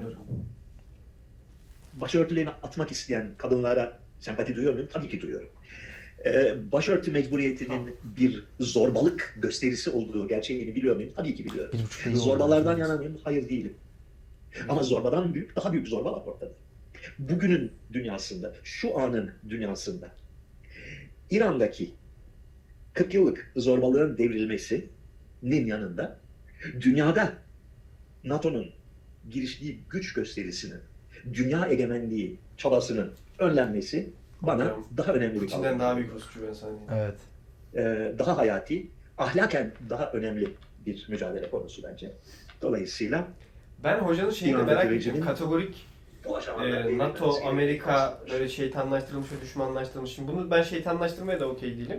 Speaker 3: Başörtülerini atmak isteyen kadınlara sempati duyuyor muyum? Tabii ki duyuyorum. Başörtü mecburiyetinin bir zorbalık gösterisi olduğu gerçeğini biliyor muyum? Tabii ki biliyorum.
Speaker 1: 1,5 yıl
Speaker 3: Zorbalardan
Speaker 1: oldu.
Speaker 3: yana mıyım? Hayır değilim. Ama zorbadan büyük, daha büyük zorba var ortada. Bugünün dünyasında, şu anın dünyasında İran'daki 40 yıllık zorbalığın devrilmesinin yanında dünyada NATO'nun giriştiği güç gösterisinin, dünya egemenliği çabasının önlenmesi bana
Speaker 2: Hocam,
Speaker 3: daha önemli bir
Speaker 2: Putin'den
Speaker 3: kavram.
Speaker 2: daha büyük Rusçu ben sana diyeyim.
Speaker 1: Evet.
Speaker 3: Daha hayati, ahlaken daha önemli bir mücadele konusu bence. Dolayısıyla
Speaker 2: Ben hocanın şeyini de
Speaker 3: İran'daki
Speaker 2: merak
Speaker 3: rejimin-
Speaker 2: ediyorum. Kategorik
Speaker 3: bu aşamada
Speaker 2: NATO, Amerika böyle şeytanlaştırılmış ve düşmanlaştırılmış. Şimdi bunu ben şeytanlaştırmaya da okey değilim.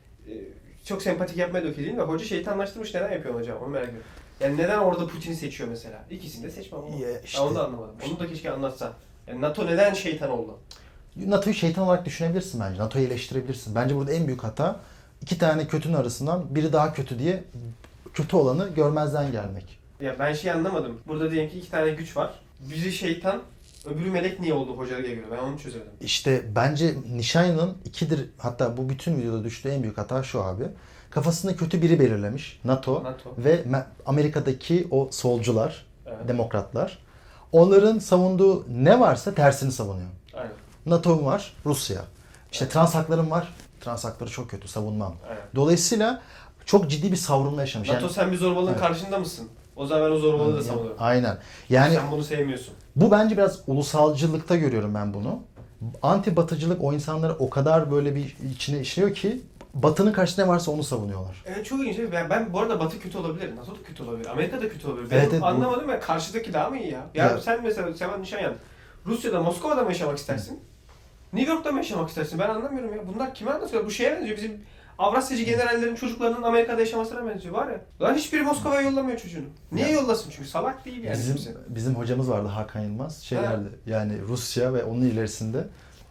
Speaker 2: Çok sempatik yapmaya da okey değilim ve hoca şeytanlaştırmış neden yapıyor hocam onu merak ediyorum. Yani neden orada Putin'i seçiyor mesela? İkisini de seçmem ama.
Speaker 1: Ya işte.
Speaker 2: Ben onu da anlamadım. Onu da keşke anlatsan. Yani NATO neden şeytan oldu?
Speaker 1: NATO'yu şeytan olarak düşünebilirsin bence. NATO'yu eleştirebilirsin. Bence burada en büyük hata iki tane kötünün arasından biri daha kötü diye kötü olanı görmezden gelmek.
Speaker 2: Ya ben şey anlamadım. Burada diyelim ki iki tane güç var. Biri şeytan, öbürü melek niye oldu hocaya göre? Ben onu çözemedim.
Speaker 1: İşte bence Nişanyan'ın ikidir, hatta bu bütün videoda düştüğü en büyük hata şu abi. Kafasında kötü biri belirlemiş. NATO.
Speaker 2: NATO.
Speaker 1: Ve Amerika'daki o solcular,
Speaker 2: Evet.
Speaker 1: demokratlar. Onların savunduğu ne varsa tersini savunuyor.
Speaker 2: Aynen.
Speaker 1: NATO'm var, Rusya. İşte trans haklarım var. Trans hakları çok kötü, savunmam.
Speaker 2: Aynen.
Speaker 1: Dolayısıyla çok ciddi bir savrulma yaşamış.
Speaker 2: NATO sen bir zorbalığın
Speaker 1: Evet.
Speaker 2: karşında mısın? O zaman ben o zorbalığı da savunuyorum.
Speaker 1: Aynen. Yani
Speaker 2: Sen bunu sevmiyorsun.
Speaker 1: bu bence biraz ulusalcılıkta görüyorum ben bunu. Anti batıcılık o insanları o kadar böyle bir içine işliyor ki Batı'nın karşısında ne varsa onu savunuyorlar.
Speaker 2: Evet çok ilginç. Ben bu arada Batı kötü olabilir, NATO da kötü olabilir, Amerika da kötü olabilir.
Speaker 1: Evet,
Speaker 2: Benim
Speaker 1: evet, bu-
Speaker 2: anlamadım ya karşıdaki daha mı iyi ya? Ya,
Speaker 1: Ya-
Speaker 2: sen mesela Sevan Nişanyan, Rusya'da, Moskova'da mı yaşamak istersin? New York'ta mı yaşamak istersin? Ben anlamıyorum ya. Bunlar kime anlatıyor? Bu şeye benziyor. Bizim Avrasyacı generallerin çocuklarının Amerika'da yaşamasına benziyor var ya. Lan hiçbiri Moskova'ya yollamıyor çocuğunu. Niye
Speaker 1: Ya-
Speaker 2: yollasın? Çünkü salak değil yani kimse.
Speaker 1: Bizim hocamız vardı Hakan Yılmaz. Şeylerdi yani Rusya ve onun ilerisinde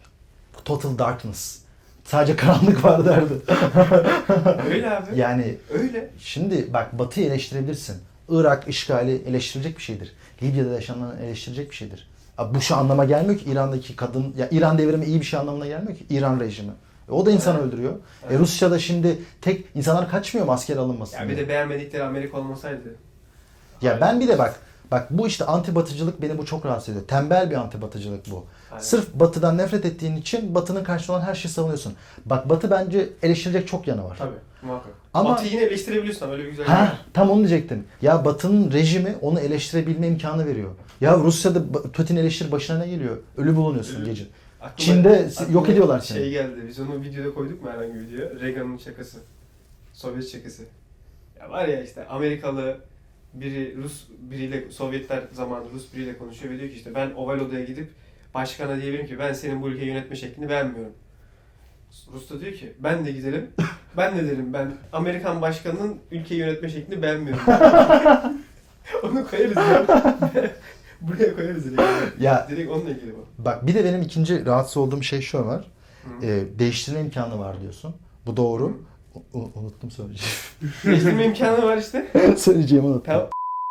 Speaker 1: total darkness. Sadece karanlık var derdi.
Speaker 2: Öyle abi.
Speaker 1: Yani
Speaker 2: Öyle.
Speaker 1: şimdi bak Batı'yı eleştirebilirsin. Irak işgali eleştirilecek bir şeydir. Libya'da yaşanan eleştirilecek bir şeydir. Abi bu şu anlama gelmiyor ki İran'daki kadın, ya İran devrimi iyi bir şey anlamına gelmiyor ki İran rejimi. O da insan
Speaker 2: Evet.
Speaker 1: öldürüyor.
Speaker 2: Evet.
Speaker 1: Rusya'da şimdi tek insanlar kaçmıyor mu asker alınmasın
Speaker 2: Ya bir
Speaker 1: diye.
Speaker 2: de beğenmedikleri Amerika olmasaydı.
Speaker 1: Ya ben bir de bak bu işte antibatıcılık beni bu çok rahatsız ediyor. Tembel bir antibatıcılık bu.
Speaker 2: Aynen.
Speaker 1: Sırf Batı'dan nefret ettiğin için Batı'nın karşısında olan her şeyi savunuyorsun. Bak Batı bence eleştirecek çok yanı var.
Speaker 2: Tabii muhakkak.
Speaker 1: Ama-
Speaker 2: Batı'yı yine eleştirebiliyorsun ama öyle bir güzel
Speaker 1: Ha, tam onu diyecektim. Ya Batı'nın rejimi onu eleştirebilme imkanı veriyor. Ya Rusya'da Putin eleştir başına ne geliyor? Ölü bulunuyorsun
Speaker 2: Ölü.
Speaker 1: gece.
Speaker 2: Aklıma-
Speaker 1: Çin'de
Speaker 2: aklıma
Speaker 1: yok ediyorlar seni.
Speaker 2: Şey geldi. Biz onu videoda koyduk mu herhangi bir video? Reagan'ın şakası. Sovyet şakası. Ya var ya işte Amerikalı biri Rus biriyle Sovyetler zamanında Rus biriyle konuşuyor ve diyor ki işte ben Oval Oda'ya gidip başkana diyebilirim ki ben senin bu ülkeyi yönetme şeklini beğenmiyorum. Rus da diyor ki ben de gidelim Ben de derim, ben Amerikan başkanının ülkeyi yönetme şeklini beğenmiyorum. Onu koyarız ya. Buraya koyarız direkt.
Speaker 1: Ya
Speaker 2: Direkt onunla ilgili bu.
Speaker 1: bak bir de benim ikinci rahatsız olduğum şey şu var. Değiştirme imkanı var diyorsun. Bu doğru. Unuttum söyleyeceğim.
Speaker 2: Değiştirme imkanı var işte.
Speaker 1: Söyleyeceğimi unuttum.
Speaker 2: Tamam.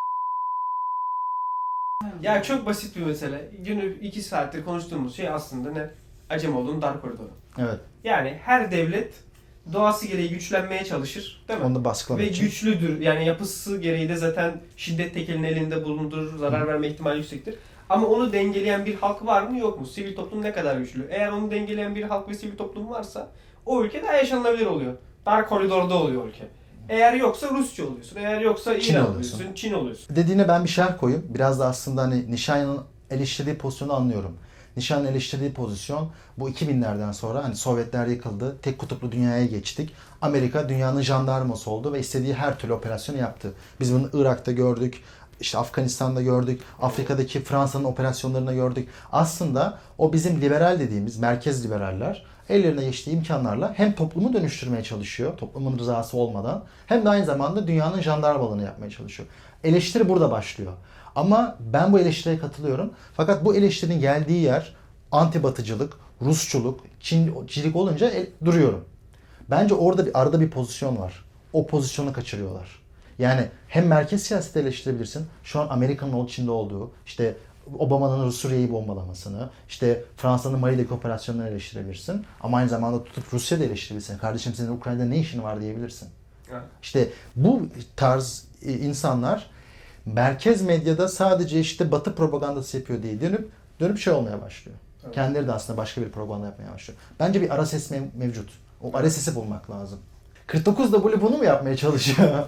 Speaker 2: Ya çok basit bir mesele. Günü 2 saattir konuştuğumuz şey aslında ne? Acemoğlu'nun dar koridoru.
Speaker 1: Evet.
Speaker 2: Yani her devlet doğası gereği güçlenmeye çalışır, değil mi?
Speaker 1: Onu da baskılamak
Speaker 2: Ve
Speaker 1: için.
Speaker 2: güçlüdür. Yani yapısı gereği de zaten şiddet tekelinin elinde bulundurur, zarar verme ihtimali yüksektir. Ama onu dengeleyen bir halk var mı yok mu? Sivil toplum ne kadar güçlü? Eğer onu dengeleyen bir halk ve sivil toplum varsa o ülke daha yaşanılabilir oluyor. Dar koridorda oluyor ülke. Eğer yoksa Rusça oluyorsun. Eğer yoksa
Speaker 1: Çin
Speaker 2: İran
Speaker 1: oluyorsun.
Speaker 2: oluyorsun, Çin oluyorsun.
Speaker 1: Dediğine ben bir şerh koyayım. Biraz da aslında hani Nişanyan'ın eleştirdiği pozisyonu anlıyorum. Nişanyan'ın eleştirdiği pozisyon bu 2000'lerden sonra hani Sovyetler yıkıldı, tek kutuplu dünyaya geçtik. Amerika dünyanın jandarması oldu ve istediği her türlü operasyonu yaptı. Biz bunu Irak'ta gördük, işte Afganistan'da gördük, Afrika'daki Fransa'nın operasyonlarında gördük. Aslında o bizim liberal dediğimiz merkez liberaller ellerine geçtiği imkanlarla hem toplumu dönüştürmeye çalışıyor, toplumun rızası olmadan, hem de aynı zamanda dünyanın jandarmalığını yapmaya çalışıyor. Eleştiri burada başlıyor. Ama ben bu eleştiriye katılıyorum. Fakat bu eleştirinin geldiği yer anti-batıcılık, Rusçuluk, Çincilik olunca duruyorum. Bence orada arada bir pozisyon var. O pozisyonu kaçırıyorlar. Yani hem merkez siyaseti eleştirebilirsin. Şu an Amerika'nın içinde olduğu, işte Obama'nın Suriye'yi bombalamasını, işte Fransa'nın Mali'deki operasyonları eleştirebilirsin. Ama aynı zamanda tutup Rusya'da eleştirebilirsin. Kardeşim senin Ukrayna'da ne işin var diyebilirsin.
Speaker 2: Evet.
Speaker 1: İşte bu tarz insanlar merkez medyada sadece işte Batı propagandası yapıyor diye dönüp şey olmaya başlıyor.
Speaker 2: Evet.
Speaker 1: Kendileri de aslında başka bir propaganda yapmaya başlıyor. Bence bir ara ses mevcut. O ara sesi bulmak lazım. 49W bunu mu yapmaya çalışıyor?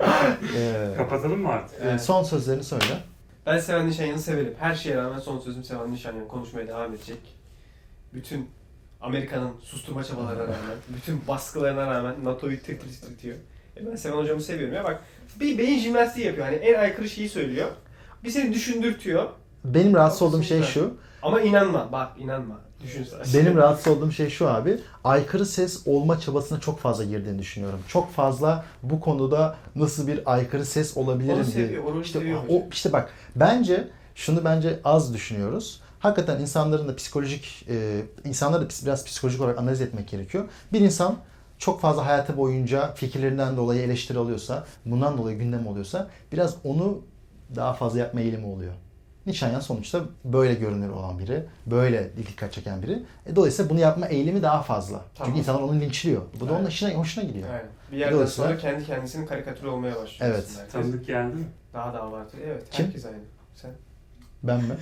Speaker 4: Kapatalım mı artık?
Speaker 2: Evet.
Speaker 1: Son sözlerini söyle.
Speaker 2: Ben Seven Nişanyan'ı severim. Her şeye rağmen son sözüm Seven Nişanyan konuşmaya devam edecek. Bütün Amerika'nın susturma çabalarına rağmen, bütün baskılarına rağmen NATO'yu titretiyor. Ben Seven hocamı seviyorum ya bak. Bir beyin jimnastiği yapıyor. Hani en aykırı şeyi söylüyor. Bir seni düşündürtüyor.
Speaker 1: Benim rahatsız
Speaker 2: Bak,
Speaker 1: olduğum şey
Speaker 2: güzel.
Speaker 1: şu.
Speaker 2: Ama inanma. Bak inanma. Düşün sadece.
Speaker 1: Benim rahatsız olduğum şey şu abi. Aykırı ses olma çabasına çok fazla girdiğini düşünüyorum. Çok fazla bu konuda nasıl bir aykırı ses olabilirim
Speaker 2: Onu
Speaker 1: diye.
Speaker 2: seviyor, onu
Speaker 1: İşte,
Speaker 2: seviyor
Speaker 1: o,
Speaker 2: hocam.
Speaker 1: işte bak bence az düşünüyoruz. Hakikaten insanların da insanları da biraz psikolojik olarak analiz etmek gerekiyor. Bir insan çok fazla hayatı boyunca fikirlerinden dolayı eleştiri alıyorsa, bundan dolayı gündem oluyorsa biraz onu daha fazla yapma eğilimi oluyor. Nişanyan sonuçta böyle görünür olan biri, böyle dikkat çeken biri. Dolayısıyla bunu yapma eğilimi daha fazla.
Speaker 2: Tamam.
Speaker 1: Çünkü insanlar onu linçliyor. Bu da
Speaker 2: Evet.
Speaker 1: onun hoşuna gidiyor.
Speaker 2: Aynen. Bir yerden
Speaker 1: Dolayısıyla-
Speaker 2: sonra kendi kendisinin karikatürü olmaya başlıyor.
Speaker 1: Evet.
Speaker 2: aslında herkes.
Speaker 4: Tanıdık geldi mi?
Speaker 2: Daha da abartıyor. Evet.
Speaker 1: Kim?
Speaker 2: Herkes aynı. Sen.
Speaker 1: Ben mi?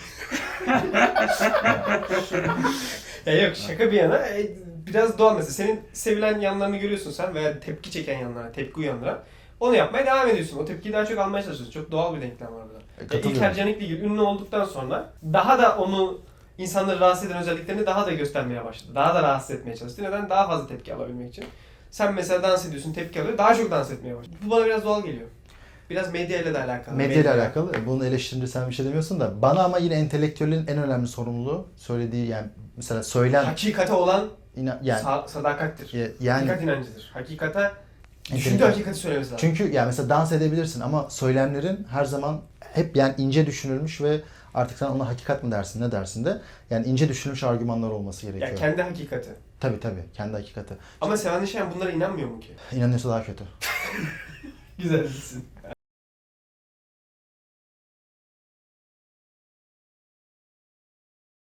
Speaker 2: Ya yok şaka bir yana biraz doğal mesela. Senin sevilen yanlarını görüyorsun sen veya tepki çeken yanlarına, tepki uyandıran. Onu yapmaya devam ediyorsun. O tepkiyi daha çok almaya çalışıyorsun. Çok doğal bir denklem var burada.
Speaker 1: Katılıyorum.
Speaker 2: İlker Canikligil ünlü olduktan sonra daha da onu insanları rahatsız eden özelliklerini daha da göstermeye başladı. Daha da rahatsız etmeye çalıştı. Neden? Daha fazla tepki alabilmek için. Sen mesela dans ediyorsun, tepki alıyor. Daha çok dans etmeye başladı. Bu bana biraz doğal geliyor. Biraz medyayla da alakalı.
Speaker 1: Medyayla alakalı. Bunun eleştirince sen bir şey demiyorsun da bana ama yine entelektüelin en önemli sorumluluğu söylediği yani mesela söylem
Speaker 2: Hakikate olan
Speaker 1: yani
Speaker 2: sadakattir.
Speaker 1: yani
Speaker 2: Hakikat inancıdır. Hakikate düşündüğü
Speaker 1: entelektüel.
Speaker 2: hakikati söylemesi lazım.
Speaker 1: Çünkü yani mesela dans edebilirsin ama söylemlerin her zaman hep yani ince düşünülmüş ve artık sen ona hakikat mı dersin ne dersin de yani ince düşünülmüş argümanlar olması gerekiyor.
Speaker 2: Ya kendi hakikati.
Speaker 1: Tabii kendi hakikati.
Speaker 2: Ama Seven Nişanyan bunlara inanmıyor mu ki?
Speaker 1: İnanıyorsa daha kötü.
Speaker 2: Güzel bilsin.